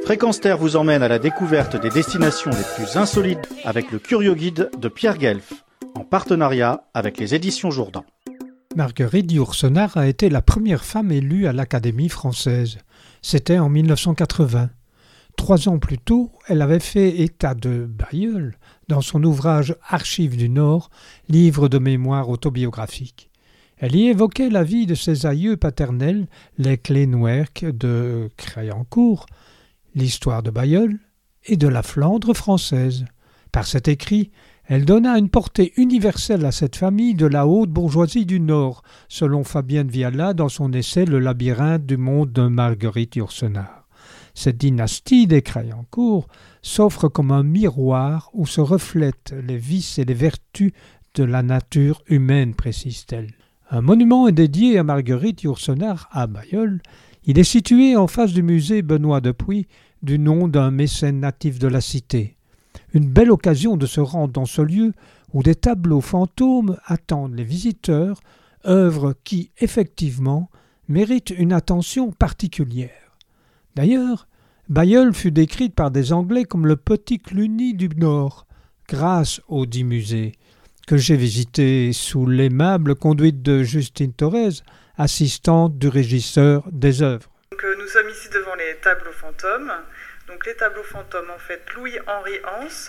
Fréquence Terre vous emmène à la découverte des destinations les plus insolites avec le Curio Guide de Pierre Guelf, en partenariat avec les éditions Jourdan. Marguerite Yourcenar a été la première femme élue à l'Académie française. C'était en 1980. 3 ans plus tôt, elle avait fait état de Bailleul dans son ouvrage Archives du Nord, livre de mémoire autobiographique. Elle y évoquait la vie de ses aïeux paternels, les Clénouerc de Crayancourt, l'histoire de Bailleul et de la Flandre française. Par cet écrit, elle donna une portée universelle à cette famille de la haute bourgeoisie du Nord, selon Fabienne Viala dans son essai « Le labyrinthe du monde de Marguerite Yourcenar ». Cette dynastie des Crayancourt s'offre comme un miroir où se reflètent les vices et les vertus de la nature humaine, précise-t-elle. Un monument est dédié à Marguerite Yourcenar à Bailleul. Il est situé en face du musée Benoît Dupuy, du nom d'un mécène natif de la cité. Une belle occasion de se rendre dans ce lieu où des tableaux fantômes attendent les visiteurs, œuvre qui, effectivement, mérite une attention particulière. D'ailleurs, Bailleul fut décrite par des Anglais comme le petit Cluny du Nord, grâce au dit musée, que j'ai visité sous l'aimable conduite de Justine Thorez, assistante du régisseur des œuvres. Donc, nous sommes ici devant les tableaux fantômes. Donc les tableaux fantômes, en fait, Louis-Henri Hans,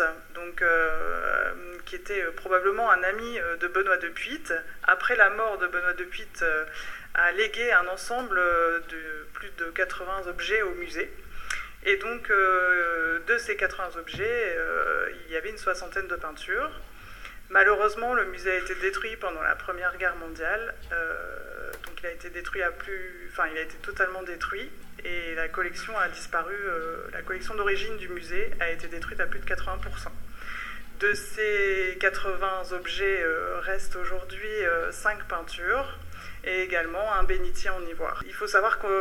qui était probablement un ami de Benoît de Puit, après la mort de Benoît de Puit, a légué un ensemble de plus de 80 objets au musée. Et donc, de ces 80 objets, il y avait une 60aine de peintures. Malheureusement, le musée a été détruit pendant la Première Guerre mondiale, donc il a été détruit il a été totalement détruit et la collection a disparu. La collection d'origine du musée a été détruite à plus de 80%. De ces 80 objets restent aujourd'hui 5 peintures et également un bénitier en ivoire. Il faut savoir que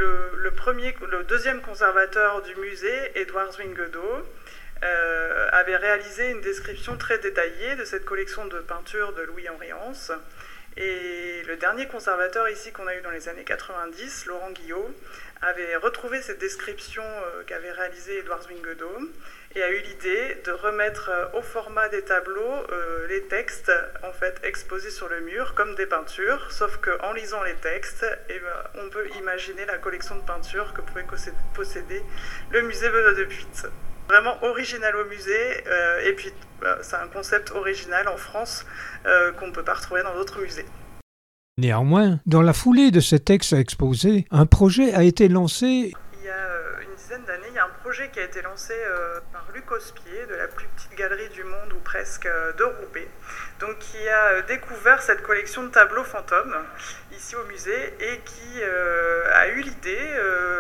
le deuxième conservateur du musée, Édouard Zwinguedo, avait réalisé une description très détaillée de cette collection de peintures de Louis-Henri Hans. Et le dernier conservateur ici qu'on a eu dans les années 90, Laurent Guillot, avait retrouvé cette description qu'avait réalisée Édouard Zwinguedo et a eu l'idée de remettre au format des tableaux les textes en fait exposés sur le mur comme des peintures, sauf qu'en lisant les textes, on peut imaginer la collection de peintures que pouvait posséder le musée Benoît de Puit. Vraiment original au musée, et puis c'est un concept original en France qu'on ne peut pas retrouver dans d'autres musées. Néanmoins, dans la foulée de ces textes exposés, un projet a été lancé. Il y a une dizaine d'années, il y a un projet qui a été lancé par Luc Ospier, de la plus petite galerie du monde, ou presque, de Roubaix, donc qui a découvert cette collection de tableaux fantômes ici au musée et qui a eu l'idée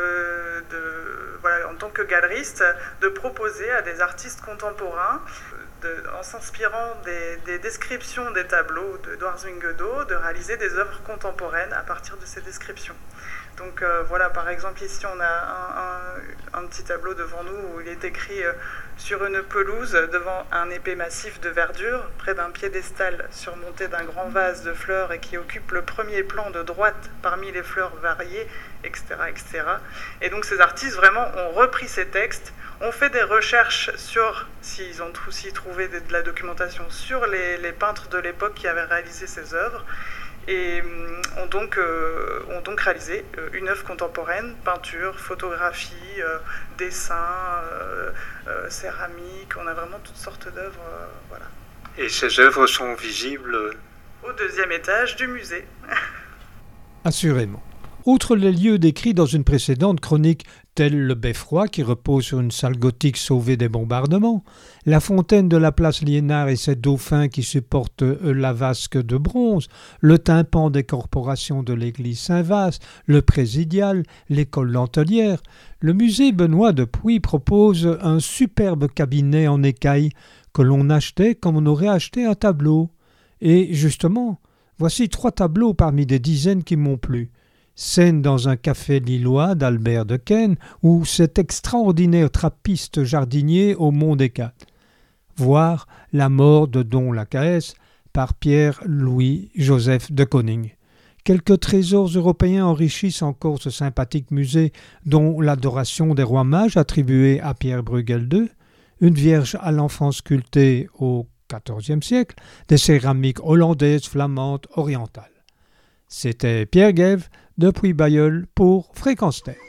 en tant que galeriste, de proposer à des artistes contemporains, en s'inspirant des descriptions des tableaux d'Édouard Zwinguedo, de réaliser des œuvres contemporaines à partir de ces descriptions. Donc par exemple ici on a un petit tableau devant nous où il est écrit sur une pelouse devant un épais massif de verdure, près d'un piédestal surmonté d'un grand vase de fleurs et qui occupe le premier plan de droite parmi les fleurs variées, etc., etc. Et donc ces artistes vraiment ont repris ces textes, ont fait des recherches sur, s'ils ont aussi trouvé de la documentation sur les peintres de l'époque qui avaient réalisé ces œuvres, et ont donc réalisé une œuvre contemporaine, peinture, photographie, dessin, céramique, on a vraiment toutes sortes d'œuvres. Voilà. Et ces œuvres sont visibles au 2e étage du musée. Assurément. Outre les lieux décrits dans une précédente chronique, tels le Beffroi qui repose sur une salle gothique sauvée des bombardements, la fontaine de la place Liénard et ses dauphins qui supportent la vasque de bronze, le tympan des corporations de l'église Saint-Vaast, le présidial, l'école Lantelière, le musée Benoît de Puy propose un superbe cabinet en écaille que l'on achetait comme on aurait acheté un tableau. Et justement, voici 3 tableaux parmi des dizaines qui m'ont plu. Scène dans un café lillois d'Albert de Caen ou cet extraordinaire trappiste jardinier au Mont des Cats. Voir La mort de Don Lacaès par Pierre-Louis Joseph de Koning. Quelques trésors européens enrichissent encore ce sympathique musée, dont l'adoration des rois mages attribuée à Pierre Bruegel II, une vierge à l'enfant sculptée au XIVe siècle, des céramiques hollandaises, flamandes, orientales. C'était Pierre Guelf depuis Bailleul pour Fréquence Terre.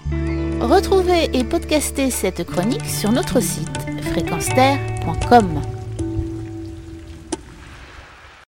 Retrouvez et podcastez cette chronique sur notre site fréquenceterre.com.